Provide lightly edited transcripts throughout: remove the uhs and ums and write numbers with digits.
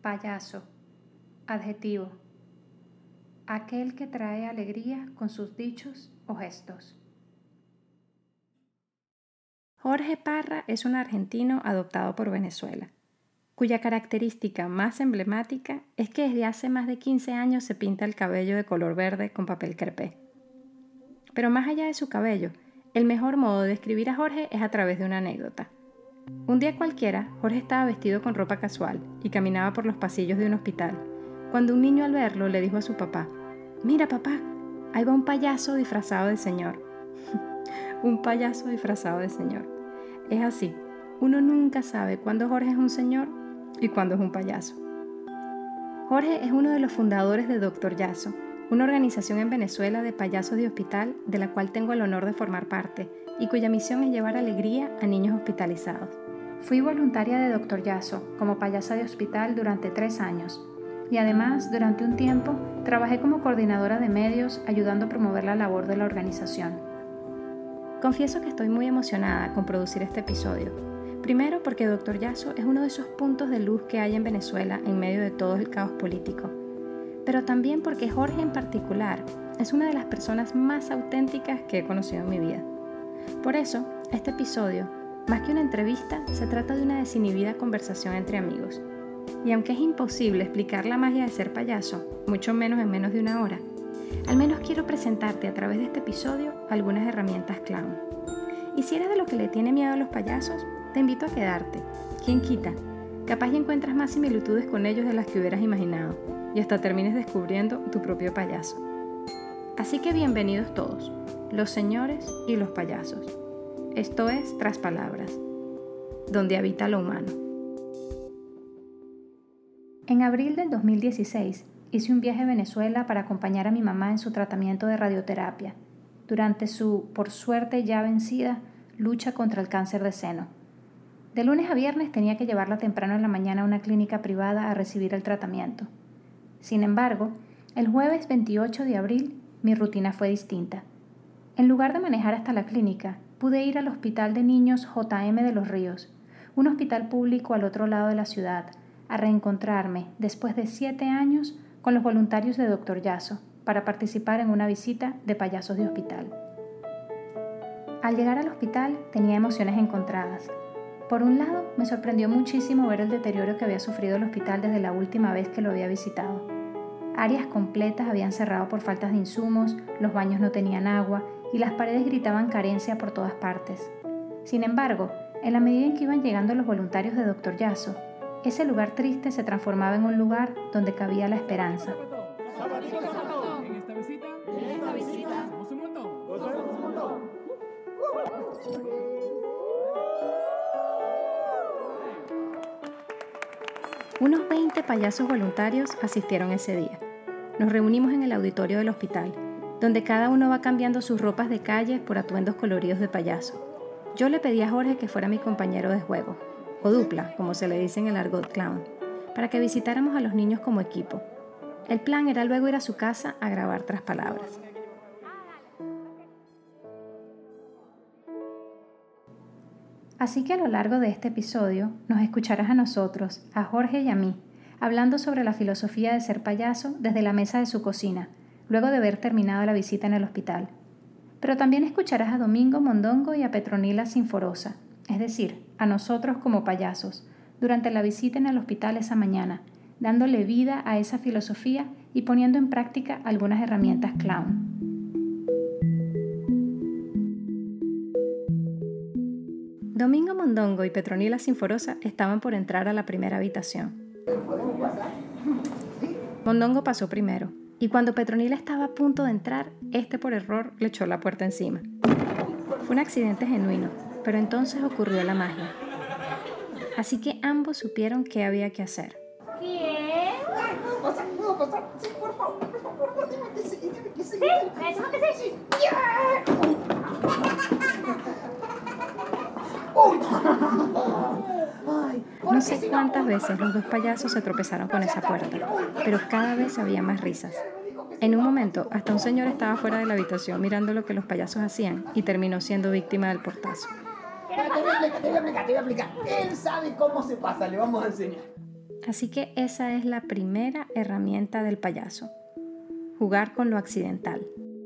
Payaso. Adjetivo. Aquel que trae alegría con sus dichos o gestos. Jorge Parra es un argentino adoptado por Venezuela, cuya característica más emblemática es que desde hace más de 15 años se pinta el cabello de color verde con papel crepé. Pero más allá de su cabello, el mejor modo de describir a Jorge es a través de una anécdota. Un día cualquiera, Jorge estaba vestido con ropa casual y caminaba por los pasillos de un hospital, cuando un niño al verlo le dijo a su papá: «Mira, papá, ahí va un payaso disfrazado de señor». Un payaso disfrazado de señor. Es así, uno nunca sabe cuándo Jorge es un señor y cuándo es un payaso. Jorge es uno de los fundadores de Dr. Yaso, una organización en Venezuela de payasos de hospital de la cual tengo el honor de formar parte y cuya misión es llevar alegría a niños hospitalizados. Fui voluntaria de Dr. Yaso como payasa de hospital durante 3 años y además durante un tiempo trabajé como coordinadora de medios ayudando a promover la labor de la organización. Confieso que estoy muy emocionada con producir este episodio. Primero porque Dr. Yaso es uno de esos puntos de luz que hay en Venezuela en medio de todo el caos político. Pero también porque Jorge en particular es una de las personas más auténticas que he conocido en mi vida. Por eso, este episodio, más que una entrevista, se trata de una desinhibida conversación entre amigos. Y aunque es imposible explicar la magia de ser payaso, mucho menos en menos de una hora, al menos quiero presentarte a través de este episodio algunas herramientas clown. Y si eres de los que le tiene miedo a los payasos, te invito a quedarte. ¿Quién quita? Capaz y encuentras más similitudes con ellos de las que hubieras imaginado y hasta termines descubriendo tu propio payaso. Así que bienvenidos todos, los señores y los payasos. Esto es Tras Palabras, donde habita lo humano. En abril del 2016 hice un viaje a Venezuela para acompañar a mi mamá en su tratamiento de radioterapia, durante su, por suerte ya vencida, lucha contra el cáncer de seno. De lunes a viernes tenía que llevarla temprano en la mañana a una clínica privada a recibir el tratamiento. Sin embargo, el jueves 28 de abril mi rutina fue distinta. En lugar de manejar hasta la clínica, pude ir al Hospital de Niños J.M. de los Ríos, un hospital público al otro lado de la ciudad, a reencontrarme, después de 7 años, con los voluntarios de Dr. Yaso, para participar en una visita de payasos de hospital. Al llegar al hospital tenía emociones encontradas. Por un lado, me sorprendió muchísimo ver el deterioro que había sufrido el hospital desde la última vez que lo había visitado. Áreas completas habían cerrado por faltas de insumos, los baños no tenían agua y las paredes gritaban carencia por todas partes. Sin embargo, en la medida en que iban llegando los voluntarios de Dr. Yaso, ese lugar triste se transformaba en un lugar donde cabía la esperanza. En esta visita, somos un montón. Unos 20 payasos voluntarios asistieron ese día. Nos reunimos en el auditorio del hospital, donde cada uno va cambiando sus ropas de calle por atuendos coloridos de payaso. Yo le pedí a Jorge que fuera mi compañero de juego, o dupla, como se le dice en el argot clown, para que visitáramos a los niños como equipo. El plan era luego ir a su casa a grabar Tras Palabras. Así que a lo largo de este episodio nos escucharás a nosotros, a Jorge y a mí, hablando sobre la filosofía de ser payaso desde la mesa de su cocina, luego de haber terminado la visita en el hospital. Pero también escucharás a Domingo Mondongo y a Petronila Sinforosa, es decir, a nosotros como payasos, durante la visita en el hospital esa mañana, dándole vida a esa filosofía y poniendo en práctica algunas herramientas clown. Domingo Mondongo y Petronila Sinforosa estaban por entrar a la primera habitación. Mondongo pasó primero, y cuando Petronila estaba a punto de entrar, por error le echó la puerta encima. Fue un accidente genuino, pero entonces ocurrió la magia. Así que ambos supieron qué había que hacer. ¿Quién? ¿Puedo pasar? Sí, por favor, dime que sí. ¿Sí? ¿Me decimos que sí? No sé cuántas veces los dos payasos se tropezaron con esa puerta, pero cada vez había más risas. En un momento, hasta un señor estaba fuera de la habitación mirando lo que los payasos hacían y terminó siendo víctima del portazo. Te voy a explicar. Él sabe cómo se pasa, le vamos a enseñar. Así que esa es la primera herramienta del payaso: jugar con lo accidental.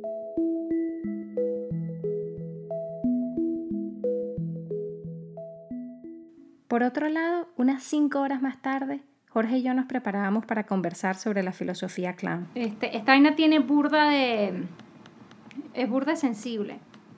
Por otro lado, unas 5 horas más tarde, Jorge y yo nos preparábamos para conversar sobre la filosofía clown. Esta vaina tiene burda de... Es burda sensible.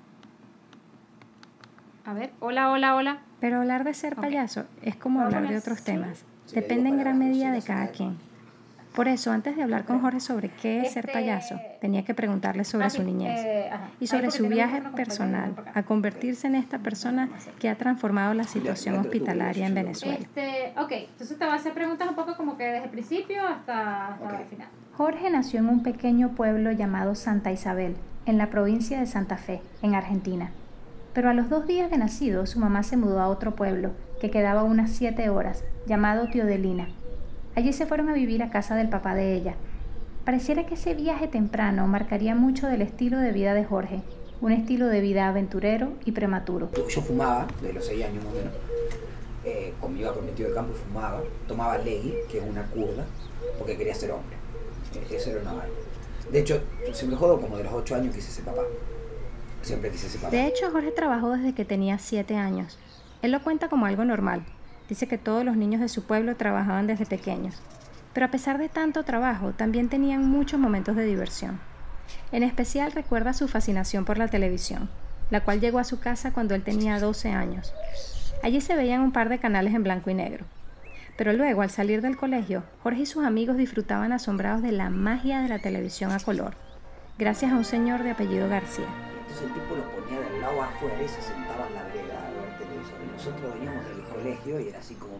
A ver, hola. Pero hablar de ser payaso es como hablar de otros temas. Depende en gran medida de cada quien. Por eso, antes de hablar con Jorge sobre qué es ser payaso, tenía que preguntarle sobre su niñez y sobre su viaje personal a convertirse en esta persona que ha transformado la situación hospitalaria en Venezuela. Ok, entonces te voy a hacer preguntas un poco como que desde el principio hasta el final. Jorge nació en un pequeño pueblo llamado Santa Isabel, en la provincia de Santa Fe, en Argentina. Pero a los 2 días de nacido, su mamá se mudó a otro pueblo, que quedaba a unas 7 horas, llamado Teodelina. Allí se fueron a vivir a casa del papá de ella. Pareciera que ese viaje temprano marcaría mucho del estilo de vida de Jorge, un estilo de vida aventurero y prematuro. Yo fumaba, de los 6 años más o menos, cuando iba prometido de campo fumaba, tomaba Legui, que es una curda, porque quería ser hombre. Eso era una vaina. De hecho, siempre jodo, como de los 8 años quise ser papá. Siempre quise ser papá. De hecho, Jorge trabajó desde que tenía 7 años. Él lo cuenta como algo normal. Dice que todos los niños de su pueblo trabajaban desde pequeños. Pero a pesar de tanto trabajo, también tenían muchos momentos de diversión. En especial recuerda su fascinación por la televisión, la cual llegó a su casa cuando él tenía 12 años. Allí se veían un par de canales en blanco y negro. Pero luego, al salir del colegio, Jorge y sus amigos disfrutaban asombrados de la magia de la televisión a color, gracias a un señor de apellido García. Entonces el tipo lo ponía del lado afuera y se sentaba en la vereda a ver televisor. Y nosotros veníamos del colegio y era así como,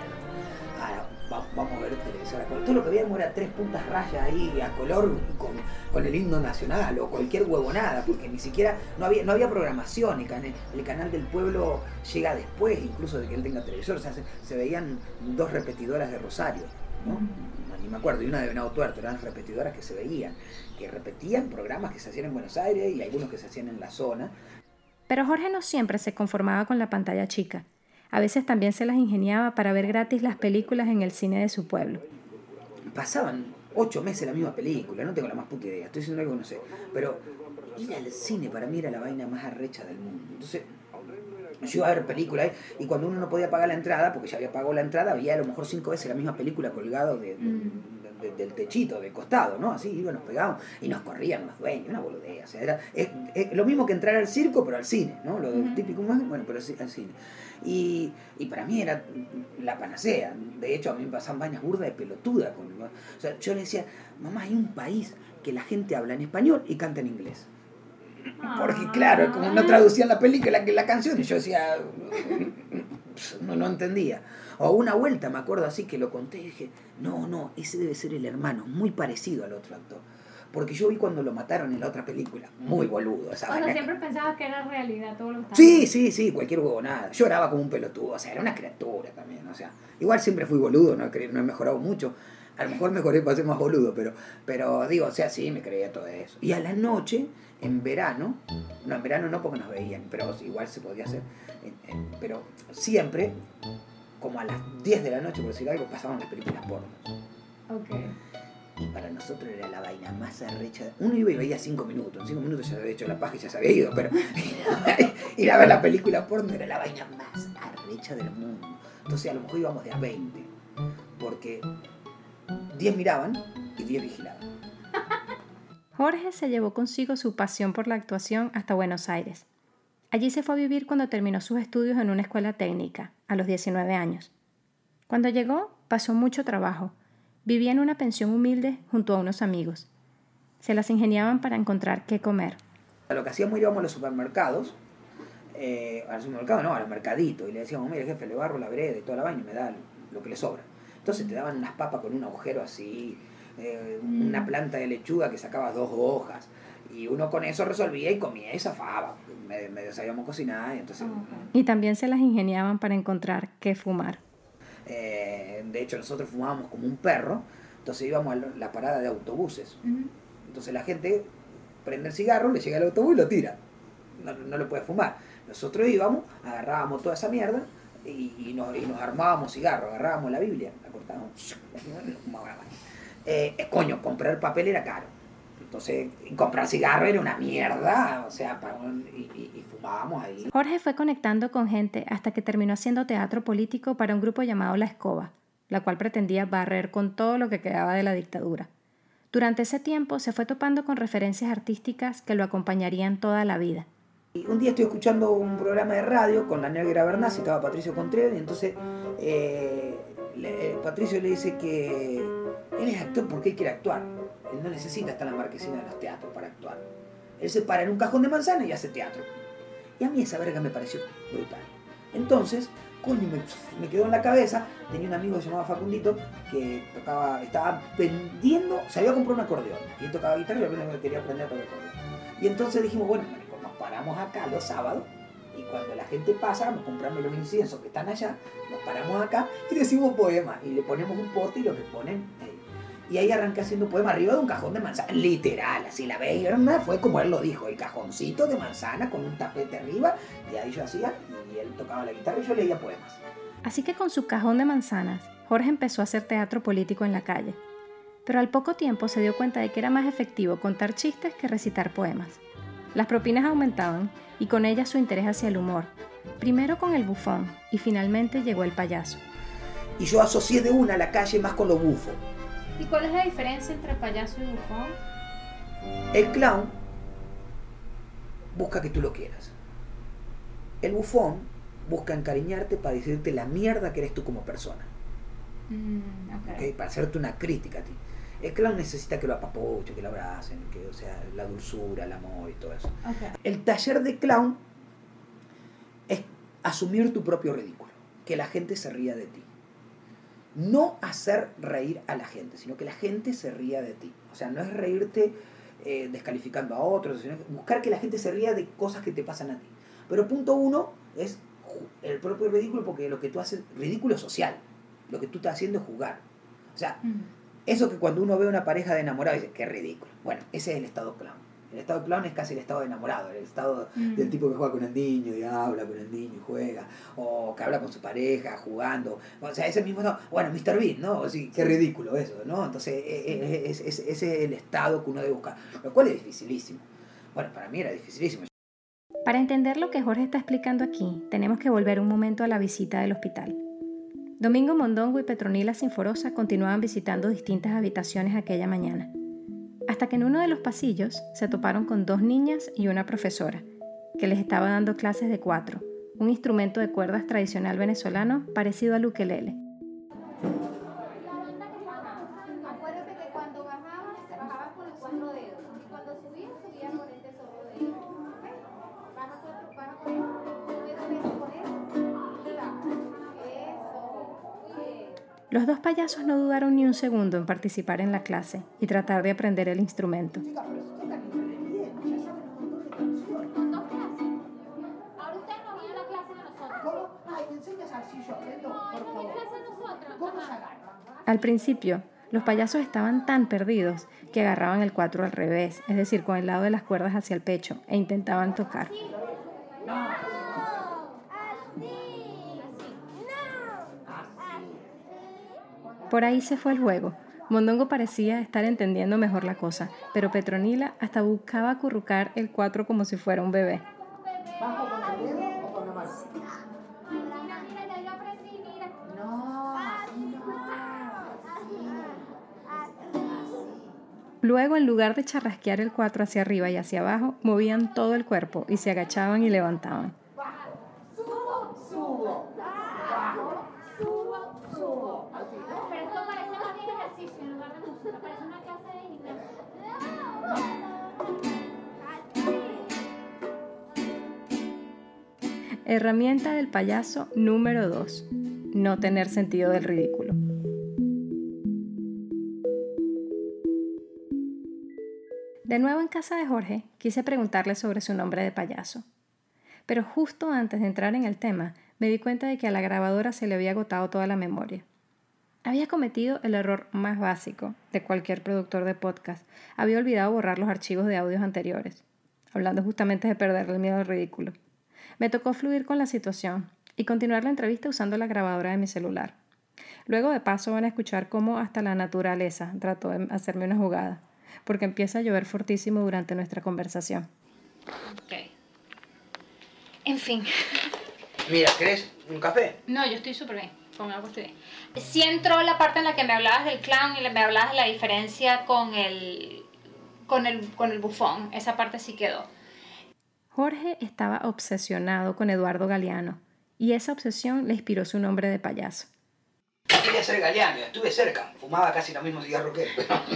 vamos a ver televisor a color. Todo lo que veíamos era 3 puntas rayas ahí a color con el himno nacional o cualquier huevonada, porque ni siquiera, no había programación. El canal del pueblo llega después incluso de que él tenga televisor. O sea, se veían 2 repetidoras de Rosario, ¿no? Ni me acuerdo, y una de Venado Tuerto, eran las repetidoras que se veían, que repetían programas que se hacían en Buenos Aires y algunos que se hacían en la zona. Pero Jorge no siempre se conformaba con la pantalla chica. A veces también se las ingeniaba para ver gratis las películas en el cine de su pueblo. Pasaban 8 meses la misma película, no tengo la más puta idea, estoy diciendo algo que no sé. Pero ir al cine para mí era la vaina más arrecha del mundo. Entonces, yo iba a ver películas y cuando uno no podía pagar la entrada, porque ya había pagado la entrada, había a lo mejor 5 veces la misma película colgado del techito, del costado, ¿no? Así nos pegábamos y nos corrían los dueños, una boludez. O sea, era lo mismo que entrar al circo, pero al cine, ¿no? Lo típico, bueno, pero al cine. Y para mí era la panacea. De hecho, a mí me pasaban vainas burdas de pelotuda. O sea, yo le decía, mamá, hay un país que la gente habla en español y canta en inglés. Porque claro, como no traducían la película, la canción, y yo decía, no entendía. O una vuelta, me acuerdo así que lo conté y dije, no, ese debe ser el hermano, muy parecido al otro actor. Porque yo vi cuando lo mataron en la otra película, muy boludo. O sea, siempre pensabas que era realidad todo lo que estaba. Sí, cualquier huevonada. Lloraba como un pelotudo, o sea, era una criatura también, o sea. Igual siempre fui boludo, no he mejorado mucho. A lo mejor mejoré para ser más boludo, pero digo, o sea, sí, me creía todo eso. Y a la noche, en verano no porque nos veían, pero igual se podía hacer, pero siempre, como a las 10 de la noche, por decir algo, pasaban las películas pornos. Ok. Y para nosotros era la vaina más arrecha. Uno iba y veía 5 minutos. En 5 minutos ya se había hecho la paja y ya se había ido. Pero ir a ver la película porno era la vaina más arrecha del mundo. Entonces a lo mejor íbamos de a 20. Porque 10 miraban y 10 vigilaban. Jorge se llevó consigo su pasión por la actuación hasta Buenos Aires. Allí se fue a vivir cuando terminó sus estudios en una escuela técnica, a los 19 años. Cuando llegó, pasó mucho trabajo. Vivía en una pensión humilde junto a unos amigos. Se las ingeniaban para encontrar qué comer. Lo que hacíamos íbamos a los supermercados, a los mercaditos, y le decíamos, mire jefe, le barro la vereda y toda la vaina y me da lo que le sobra. Entonces te daban unas papas con un agujero así, una planta de lechuga que sacabas 2 hojas, y uno con eso resolvía y comía y zafaba. Medio sabíamos cocinar y entonces... Y también se las ingeniaban para encontrar qué fumar. De hecho nosotros fumábamos como un perro, entonces íbamos a la parada de autobuses. Entonces la gente prende el cigarro, le llega al autobús y lo tira, no lo puede fumar. Nosotros íbamos, agarrábamos toda esa mierda y nos armábamos cigarros, agarrábamos la Biblia, la Coño, comprar papel era caro. Entonces, comprar cigarro era una mierda, o sea, y fumábamos ahí. Jorge fue conectando con gente hasta que terminó haciendo teatro político para un grupo llamado La Escoba, la cual pretendía barrer con todo lo que quedaba de la dictadura. Durante ese tiempo se fue topando con referencias artísticas que lo acompañarían toda la vida. Y un día estoy escuchando un programa de radio con la Negra Bernasi, estaba Patricio Contreras, y entonces Patricio le dice que él es actor porque él quiere actuar. Él no necesita estar en la marquesina de los teatros para actuar. Él se para en un cajón de manzana y hace teatro. Y a mí esa verga me pareció brutal. Entonces, coño, me quedó en la cabeza. Tenía un amigo que se llamaba Facundito que estaba vendiendo, se había comprado un acordeón. Y él tocaba guitarra y yo quería aprender a tocar acordeón. Y entonces dijimos, bueno, nos paramos acá los sábados y cuando la gente pasa, vamos a comprarme los inciensos que están allá, nos paramos acá y decimos poemas y le ponemos un pote y lo que ponen y ahí arranqué haciendo poemas arriba de un cajón de manzana, literal, así la veía, fue como él lo dijo, el cajoncito de manzana con un tapete arriba y ahí yo hacía y él tocaba la guitarra y yo leía poemas. Así que con su cajón de manzanas, Jorge empezó a hacer teatro político en la calle. Pero al poco tiempo se dio cuenta de que era más efectivo contar chistes que recitar poemas. Las propinas aumentaban y con ellas su interés hacia el humor, primero con el bufón y finalmente llegó el payaso. Y yo asocié de una a la calle más con lo bufo. ¿Y cuál es la diferencia entre payaso y bufón? El clown busca que tú lo quieras. El bufón busca encariñarte para decirte la mierda que eres tú como persona. ¿Okay? Para hacerte una crítica a ti. El clown necesita que lo apapuchen, que lo abracen, que, o sea, la dulzura, el amor y todo eso. Okay. El taller de clown es asumir tu propio ridículo, que la gente se ría de ti. No hacer reír a la gente, sino que la gente se ría de ti. O sea, no es reírte descalificando a otros, sino buscar que la gente se ría de cosas que te pasan a ti. Pero punto uno es el propio ridículo, porque lo que tú haces, ridículo social, lo que tú estás haciendo es jugar. O sea, eso que cuando uno ve a una pareja de enamorados dice, qué ridículo. Bueno, ese es el estado clown. El estado clown es casi el estado de enamorado, el estado del tipo que juega con el niño y habla con el niño y juega, o que habla con su pareja jugando. O sea, ese mismo estado. Bueno, Mr. Bean, ¿no? O sí, qué ridículo eso, ¿no? Entonces, ese es el estado que uno debe buscar, lo cual es dificilísimo. Bueno, para mí era dificilísimo. Para entender lo que Jorge está explicando aquí, tenemos que volver un momento a la visita del hospital. Domingo Mondongo y Petronila Sinforosa continuaban visitando distintas habitaciones aquella mañana, hasta que en uno de los pasillos se toparon con 2 niñas y una profesora, que les estaba dando clases de cuatro, un instrumento de cuerdas tradicional venezolano parecido al ukelele. Acuérdate que cuando bajabas con los 4 dedos, y cuando subías con este solo dedo. Baja con esto, con esto, y baja. Eso, muy bien. Los 2 payasos no dudaron ni un segundo en participar en la clase y tratar de aprender el instrumento. Al principio, los payasos estaban tan perdidos que agarraban el 4 al revés, es decir, con el lado de las cuerdas hacia el pecho, e intentaban tocar. Por ahí se fue el juego. Mondongo parecía estar entendiendo mejor la cosa, pero Petronila hasta buscaba acurrucar el 4 como si fuera un bebé. ¿Bajo con el dedo o con la mano? Mira, ya yo aprendí, mira. Luego, en lugar de charrasquear el 4 hacia arriba y hacia abajo, movían todo el cuerpo y se agachaban y levantaban. Subo. Pero esto parece más bien ejercicio en lugar de música, parece una clase de gimnasia. Herramienta del payaso número 2. No tener sentido del ridículo. De nuevo en casa de Jorge, quise preguntarle sobre su nombre de payaso. Pero justo antes de entrar en el tema, me di cuenta de que a la grabadora se le había agotado toda la memoria. Había cometido el error más básico de cualquier productor de podcast. Había olvidado borrar los archivos de audios anteriores, hablando justamente de perderle el miedo al ridículo. Me tocó fluir con la situación y continuar la entrevista usando la grabadora de mi celular. Luego de paso van a escuchar cómo hasta la naturaleza trató de hacerme una jugada, porque empieza a llover fortísimo durante nuestra conversación. Ok. En fin. Mira, ¿querés un café? No, yo estoy súper bien. Con algo estoy bien. Sí entró la parte en la que me hablabas del clown y me hablabas de la diferencia con el bufón. Esa parte sí quedó. Jorge estaba obsesionado con Eduardo Galeano, y esa obsesión le inspiró su nombre de payaso. Quería ser Galeano, estuve cerca, fumaba casi los mismos cigarros que él,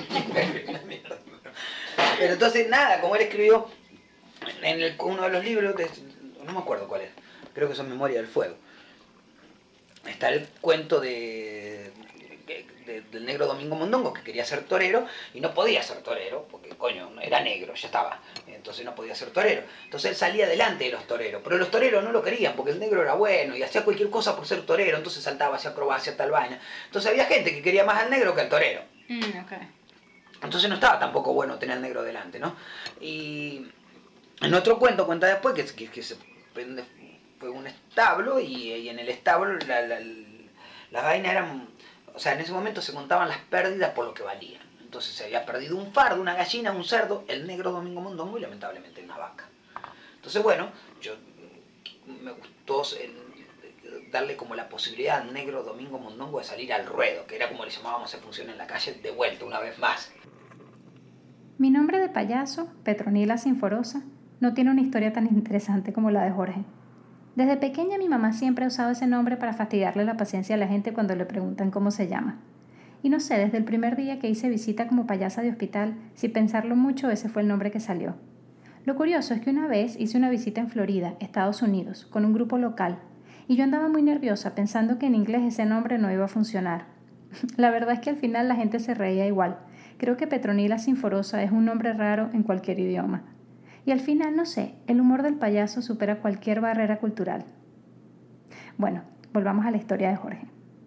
pero entonces nada, como él escribió en uno de los libros, no me acuerdo cuál es, creo que son Memoria del Fuego, está el cuento del negro Domingo Mondongo, que quería ser torero y no podía ser torero, porque coño, era negro, ya estaba, entonces no podía ser torero. Entonces él salía delante de los toreros, pero los toreros no lo querían, porque el negro era bueno y hacía cualquier cosa por ser torero, entonces saltaba, hacía acrobacia, tal vaina. Entonces había gente que quería más al negro que al torero. Okay. Entonces no estaba tampoco bueno tener al negro delante, ¿no? Y en otro cuento cuenta después que se fue un establo y en el establo la vaina eran... O sea, en ese momento se contaban las pérdidas por lo que valían. Entonces se había perdido un fardo, una gallina, un cerdo, el negro Domingo Mondongo y lamentablemente una vaca. Entonces, bueno, me gustó darle como la posibilidad al negro Domingo Mondongo de salir al ruedo, que era como le llamábamos esa función en la calle, de vuelta una vez más. Mi nombre de payaso, Petronila Sinforosa, no tiene una historia tan interesante como la de Jorge. Desde pequeña mi mamá siempre ha usado ese nombre para fastidiarle la paciencia a la gente cuando le preguntan cómo se llama. Y no sé, desde el primer día que hice visita como payasa de hospital, sin pensarlo mucho, ese fue el nombre que salió. Lo curioso es que una vez hice una visita en Florida, Estados Unidos, con un grupo local, y yo andaba muy nerviosa pensando que en inglés ese nombre no iba a funcionar. La verdad es que al final la gente se reía igual. Creo que Petronila Sinforosa es un nombre raro en cualquier idioma. Y al final, no sé, el humor del payaso supera cualquier barrera cultural. Bueno, volvamos a la historia de Jorge.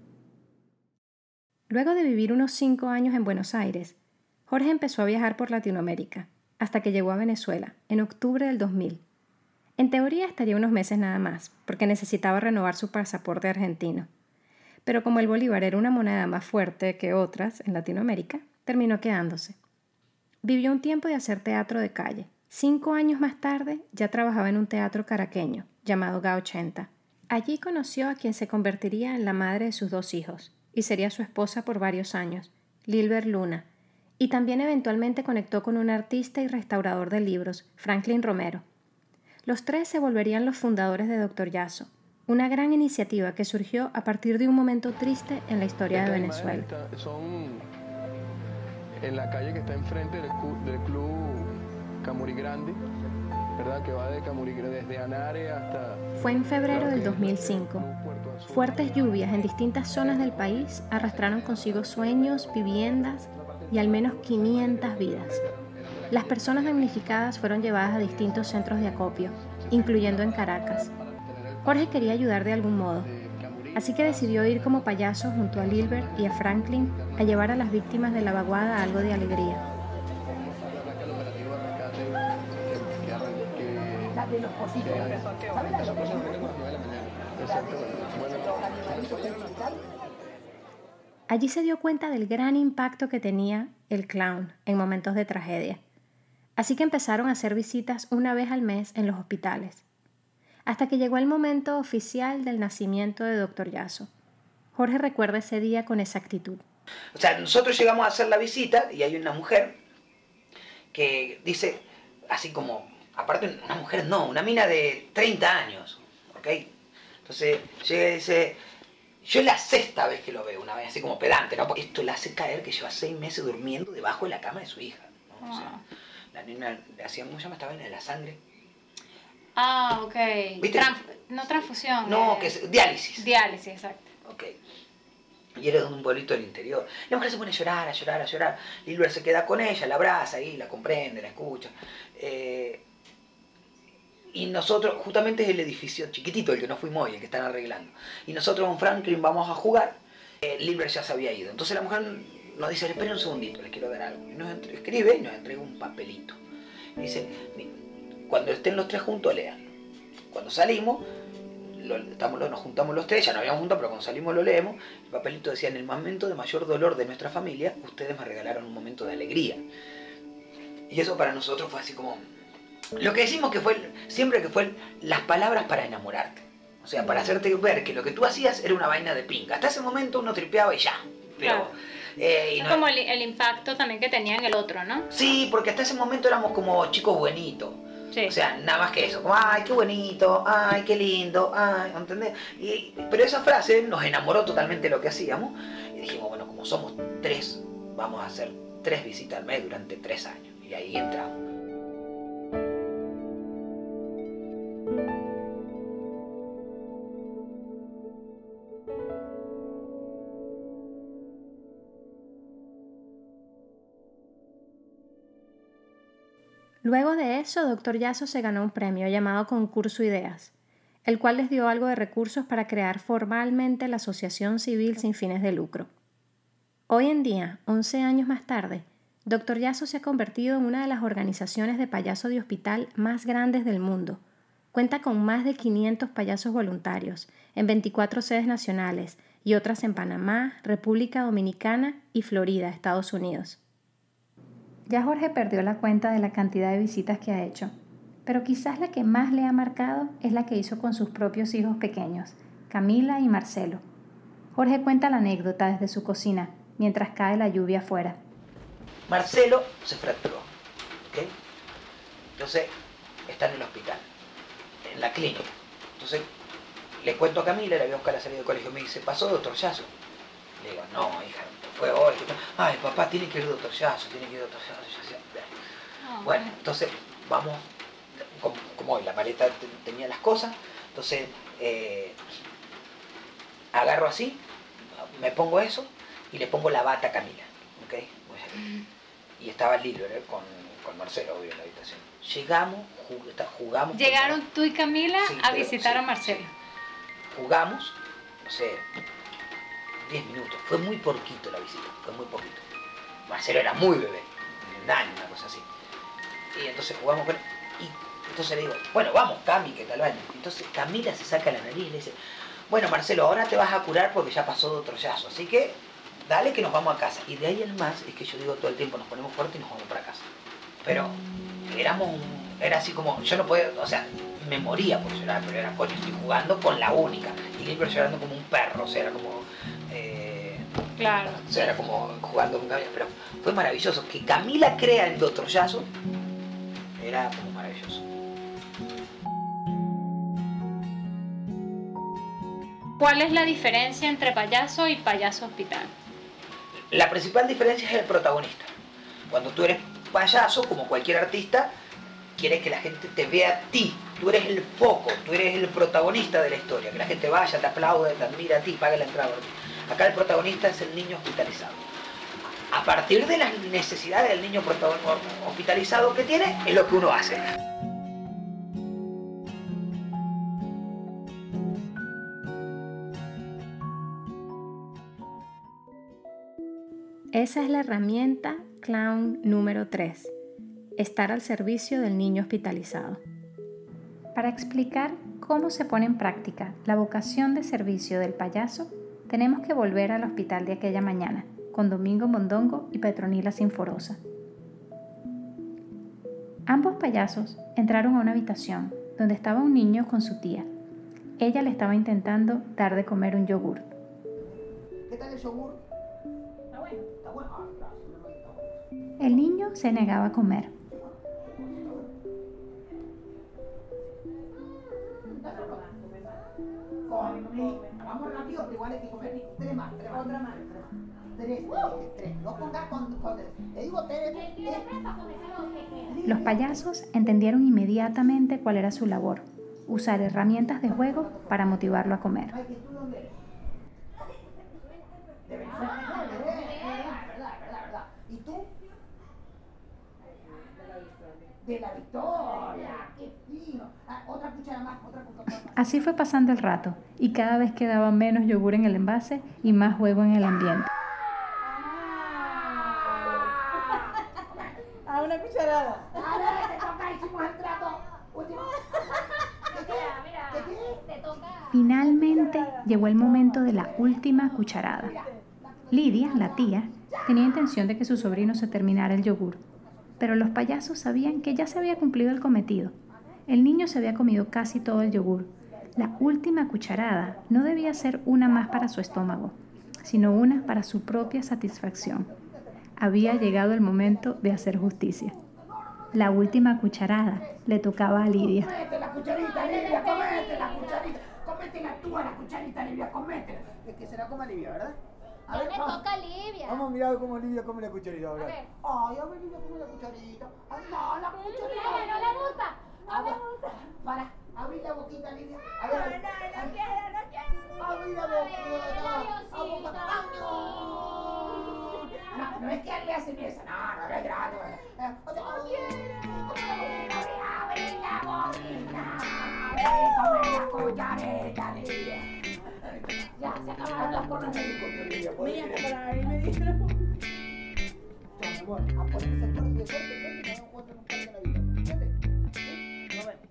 Luego de vivir unos 5 años en Buenos Aires, Jorge empezó a viajar por Latinoamérica, hasta que llegó a Venezuela, en octubre del 2000. En teoría estaría unos meses nada más, porque necesitaba renovar su pasaporte argentino. Pero como el bolívar era una moneda más fuerte que otras en Latinoamérica, terminó quedándose. Vivió un tiempo de hacer teatro de calle. 5 años más tarde ya trabajaba en un teatro caraqueño llamado Ga80. Allí conoció a quien se convertiría en la madre de sus 2 hijos y sería su esposa por varios años, Lilber Luna, y también eventualmente conectó con un artista y restaurador de libros, Franklin Romero. Los 3 se volverían los fundadores de Dr. Yasso, una gran iniciativa que surgió a partir de un momento triste en la historia de Venezuela. Son en la calle que está enfrente del club Camuri Grande, ¿verdad? Que va de Camuri desde Anare hasta... Fue en febrero del 2005. Fuertes lluvias en distintas zonas del país arrastraron consigo sueños, viviendas y al menos 500 vidas. Las personas damnificadas fueron llevadas a distintos centros de acopio, incluyendo en Caracas. Jorge quería ayudar de algún modo, así que decidió ir como payaso junto a Lilbert y a Franklin a llevar a las víctimas de la vaguada algo de alegría. Allí se dio cuenta del gran impacto que tenía el clown en momentos de tragedia. Así que empezaron a hacer visitas una vez al mes en los hospitales, hasta que llegó el momento oficial del nacimiento de Dr. Yasso. Jorge recuerda ese día con exactitud. O sea, nosotros llegamos a hacer la visita y hay una mujer que dice, así como, aparte una mujer no, una mina de 30 años, ¿ok? Entonces llega y dice, yo es la 6ª vez que lo veo, una vez así como pedante, ¿no? Porque esto le hace caer que lleva 6 meses durmiendo debajo de la cama de su hija, ¿no? O sea, la nena le hacía, ¿cómo se llama esta vaina de la sangre? Ah, ok. ¿Viste? No transfusión. No, que es diálisis. Diálisis, exacto. Ok. Y era de un pueblito del interior. La mujer se pone a llorar, a llorar, a llorar. Lilbert se queda con ella, la abraza ahí, la comprende, la escucha. Y nosotros, justamente es el edificio chiquitito, el que nos fuimos hoy, el que están arreglando. Y nosotros con Franklin vamos a jugar. Lilbert ya se había ido. Entonces la mujer nos dice, esperen un segundito, les quiero dar algo. Y nos escribe y nos entrega un papelito. Y dice, cuando estén los 3 juntos, lean. Cuando salimos, nos juntamos los tres, ya no habíamos juntado, pero cuando salimos lo leemos. El papelito decía: en el momento de mayor dolor de nuestra familia, ustedes me regalaron un momento de alegría. Y eso para nosotros fue así como... Lo que decimos que fue, siempre que fue las palabras para enamorarte. O sea, para hacerte ver que lo que tú hacías era una vaina de pinga. Hasta ese momento uno tripeaba y ya. Pero, Claro. y Es como el impacto también que tenía en el otro, ¿no? Sí, porque hasta ese momento éramos como chicos buenitos. Sí. O sea, nada más que eso, como, ay, qué bonito, ay, qué lindo, ay, ¿entendés? Pero esa frase nos enamoró totalmente de lo que hacíamos y dijimos, bueno, como somos tres, vamos a hacer 3 visitas al mes durante 3 años. Y ahí entramos. Luego de eso, Dr. Yasso se ganó un premio llamado Concurso Ideas, el cual les dio algo de recursos para crear formalmente la Asociación Civil sin fines de lucro. Hoy en día, 11 años más tarde, Dr. Yasso se ha convertido en una de las organizaciones de payaso de hospital más grandes del mundo. Cuenta con más de 500 payasos voluntarios en 24 sedes nacionales y otras en Panamá, República Dominicana y Florida, Estados Unidos. Ya Jorge perdió la cuenta de la cantidad de visitas que ha hecho, pero quizás la que más le ha marcado es la que hizo con sus propios hijos pequeños, Camila y Marcelo. Jorge cuenta la anécdota desde su cocina, mientras cae la lluvia afuera. Marcelo se fracturó, ¿ok? Entonces está en el hospital, en la clínica. Entonces le cuento a Camila, la voy a buscar a la salida del colegio, me dice, ¿pasó Dr. Yasso? Le digo, no, hija, fue hoy. Ay, papá, tiene que ir Dr. Yasso, tiene que ir Dr. Yasso. Yo decía, bueno, entonces vamos, como hoy la maleta tenía las cosas, entonces agarro así, me pongo eso y le pongo la bata a Camila, ¿ok? Y estaba Lilo con Marcelo, obvio, en la habitación. Llegamos, jugamos. Llegaron tú y Camila Sí, a pero- visitar sí, a Marcelo. sí. Jugamos, no sé, 10 minutos. Fue muy poquito la visita, fue muy poquito. Marcelo era muy bebé, un año, una cosa así. Y entonces jugamos con él. Y entonces le digo, bueno, vamos, Cami, que tal baño. Entonces Camila se saca la nariz y le dice, bueno, Marcelo, ahora te vas a curar porque ya pasó de otro yazo, así que dale que nos vamos a casa. Y de ahí en más es que yo digo todo el tiempo, nos ponemos fuertes y nos vamos para casa. Pero era así como, yo no podía, o sea, me moría por llorar, pero era, coño, estoy jugando con la única. Y Gilbert llorando como un perro, o sea, era como... Claro. O sea, era como jugando con Camila, pero fue maravilloso. Que Camila crea en Dr. Yasso era como maravilloso. ¿Cuál es la diferencia entre payaso y payaso hospital? La principal diferencia es el protagonista. Cuando tú eres payaso, como cualquier artista, quieres que la gente te vea a ti. Tú eres el foco, tú eres el protagonista de la historia. Que la gente vaya, te aplaude, te admira a ti, pague la entrada. Acá el protagonista es el niño hospitalizado. A partir de las necesidades del niño hospitalizado que tiene, es lo que uno hace. Esa es la herramienta clown número 3, estar al servicio del niño hospitalizado. Para explicar cómo se pone en práctica la vocación de servicio del payaso, tenemos que volver al hospital de aquella mañana, con Domingo Mondongo y Petronila Sinforosa. Ambos payasos entraron a una habitación donde estaba un niño con su tía. Ella le estaba intentando dar de comer un yogur. ¿Qué tal el yogur? Está bueno. Está bueno. Ah, gracias. Está bueno. El niño se negaba a comer. Vamos rápido, pero igual hay que comer 3 más. Otra más. 3. No pongas con... Le digo 3. Los payasos entendieron inmediatamente cuál era su labor, usar herramientas de juego para motivarlo a comer. Ay, ¿tú dónde eres? De Venezuela. Verdad. ¿Y tú? De la Victoria. Qué fino. Ah, otra cuchara más, otra cuchara más. Así fue pasando el rato, y cada vez quedaba menos yogur en el envase y más juego en el ambiente. A una cucharada. Ahora te toca, hicimos el trato. Último. Mira, te toca Finalmente llegó el momento de la última cucharada. Lidia, la tía, tenía intención de que su sobrino se terminara el yogur, pero los payasos sabían que ya se había cumplido el cometido. El niño se había comido casi todo el yogur. La última cucharada no debía ser una más para su estómago, sino una para su propia satisfacción. Había llegado el momento de hacer justicia. La última cucharada le tocaba a Lidia. Comete la cucharita, Lidia, comete la cucharita. Cómetela tú a la cucharita, Lidia, cométela. Es que se la coma Lidia, ¿verdad? No le toca a Livia. Vamos a mirar cómo Lidia come la cucharita ahora. A ver. Ay, a ver, Lidia, come la cucharita. Ay, no, la cucharita. No le gusta. A ver, para, abrí la boquita, Lidia. A ver, No quiero. abrí la boquita. No es que le hacen eso, no es grande. Abrí la boquita. Come la cucharita, Lidia. Ya se acabaron las cosas. Mira, para ahí me dijeron. A ponerse fuerte, no encuentro nunca en la vida. ¿Entiendes? No ven.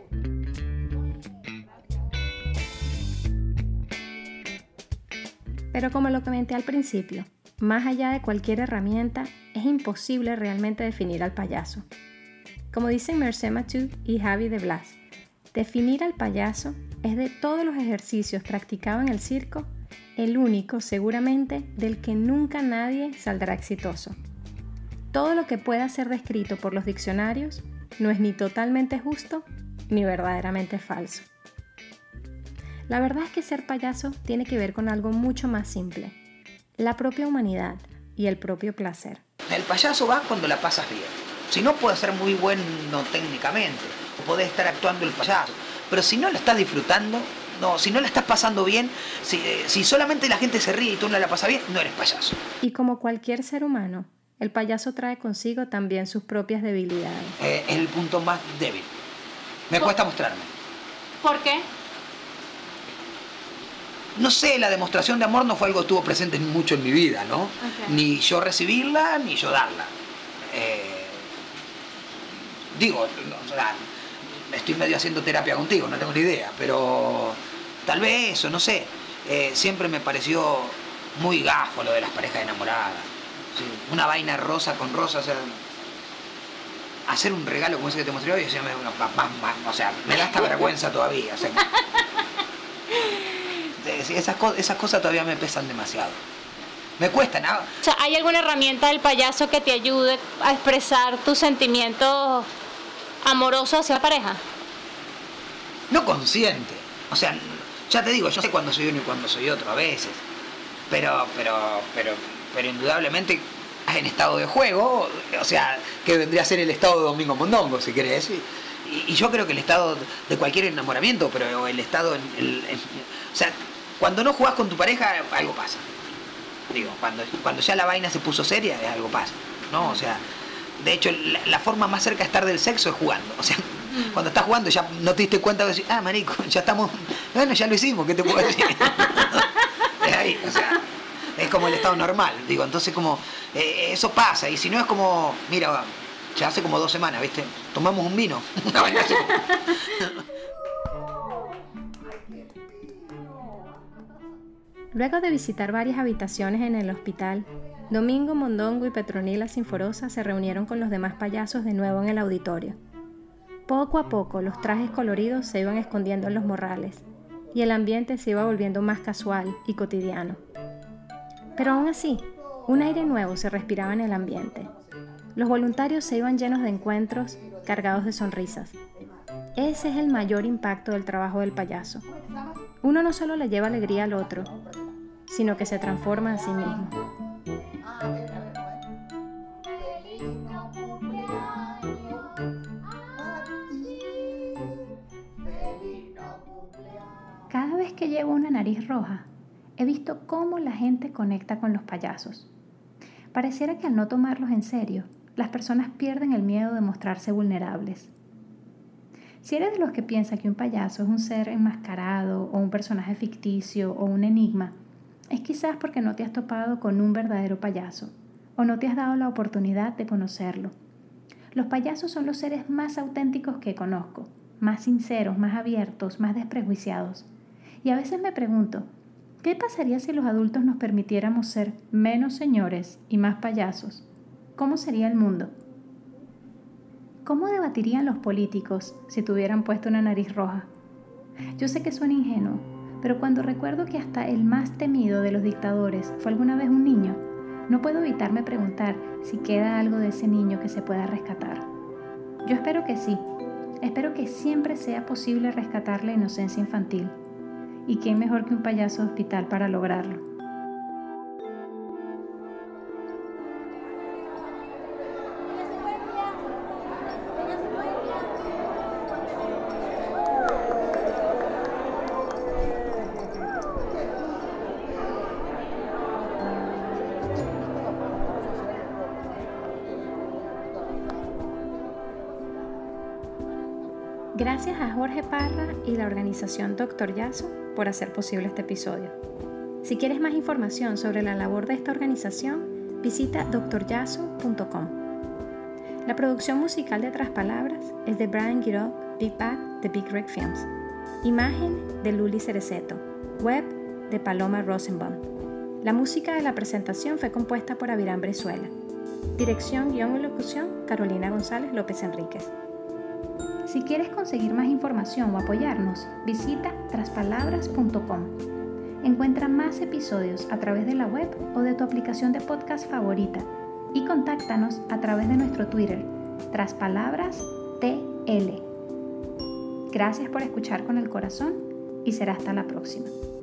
Pero como lo comenté al principio, más allá de cualquier herramienta, es imposible realmente definir al payaso. Como dicen Mercé Mathieu y Javi de Blas, definir al payaso es de todos los ejercicios practicados en el circo, el único seguramente del que nunca nadie saldrá exitoso. Todo lo que pueda ser descrito por los diccionarios no es ni totalmente justo ni verdaderamente falso. La verdad es que ser payaso tiene que ver con algo mucho más simple, la propia humanidad y el propio placer. El payaso va cuando la pasas bien. Si no, puede ser muy bueno técnicamente, podés estar actuando el payaso, pero si no lo estás disfrutando, no, si no la estás pasando bien, si solamente la gente se ríe y tú no la pasas bien, no eres payaso. Y como cualquier ser humano, el payaso trae consigo también sus propias debilidades. Es el punto más débil. Me cuesta mostrarme. ¿Por qué? No sé, la demostración de amor no fue algo que estuvo presente mucho en mi vida, ¿no? Okay. Ni yo recibirla, ni yo darla. O sea, estoy medio haciendo terapia contigo, no tengo ni idea, pero tal vez eso, no sé. Siempre me pareció muy gafo lo de las parejas enamoradas. Sí, una vaina rosa con rosa, o sea, hacer un regalo como ese que te mostré hoy, o sea, me da hasta vergüenza todavía. O sea, esas cosas todavía me pesan demasiado. Me cuesta, ¿no? O sea, ¿hay alguna herramienta del payaso que te ayude a expresar tus sentimientos amorosos hacia la pareja? No consciente. O sea, ya te digo, yo sé cuándo soy uno y cuándo soy otro a veces. Pero indudablemente en estado de juego, o sea, que vendría a ser el estado de Domingo Mondongo, si querés. Y yo creo que el estado de cualquier enamoramiento, pero el estado o sea, cuando no jugás con tu pareja, algo pasa. Digo, cuando ya la vaina se puso seria, algo pasa, ¿no? O sea, de hecho, la forma más cerca de estar del sexo es jugando. O sea, cuando estás jugando ya no te diste cuenta de decir, marico, ya estamos, bueno, ya lo hicimos, ¿qué te puedo decir? Es ahí, o sea, es como el estado normal, digo, entonces como, eso pasa, y si no es como, mira, ya hace como 2 semanas, ¿viste? Tomamos un vino, una vaina así. Luego de visitar varias habitaciones en el hospital, Domingo Mondongo y Petronila Sinforosa se reunieron con los demás payasos de nuevo en el auditorio. Poco a poco los trajes coloridos se iban escondiendo en los morrales y el ambiente se iba volviendo más casual y cotidiano. Pero aún así, un aire nuevo se respiraba en el ambiente. Los voluntarios se iban llenos de encuentros, cargados de sonrisas. Ese es el mayor impacto del trabajo del payaso. Uno no solo le lleva alegría al otro, sino que se transforma a sí mismo. Cada vez que llevo una nariz roja, he visto cómo la gente conecta con los payasos. Pareciera que al no tomarlos en serio, las personas pierden el miedo de mostrarse vulnerables. Si eres de los que piensa que un payaso es un ser enmascarado o un personaje ficticio o un enigma, es quizás porque no te has topado con un verdadero payaso o no te has dado la oportunidad de conocerlo. Los payasos son los seres más auténticos que conozco, más sinceros, más abiertos, más desprejuiciados. Y a veces me pregunto, ¿qué pasaría si los adultos nos permitiéramos ser menos señores y más payasos? ¿Cómo sería el mundo? ¿Cómo debatirían los políticos si tuvieran puesto una nariz roja? Yo sé que suena ingenuo, pero cuando recuerdo que hasta el más temido de los dictadores fue alguna vez un niño, no puedo evitarme preguntar si queda algo de ese niño que se pueda rescatar. Yo espero que sí. Espero que siempre sea posible rescatar la inocencia infantil. ¿Y quién mejor que un payaso de hospital para lograrlo? Gracias a Jorge Parra y la organización Dr. Yaso por hacer posible este episodio. Si quieres más información sobre la labor de esta organización, visita dryaso.com. La producción musical de Tras Palabras es de Brian Guiraud, Big Bad de Big Rig Films. Imagen de Luli Cereceto. Web de Paloma Rosenbaum. La música de la presentación fue compuesta por Avirán Brizuela. Dirección, guión y locución, Carolina González López Enríquez. Si quieres conseguir más información o apoyarnos, visita traspalabras.com. Encuentra más episodios a través de la web o de tu aplicación de podcast favorita y contáctanos a través de nuestro Twitter, TraspalabrasTL. Gracias por escuchar con el corazón y será hasta la próxima.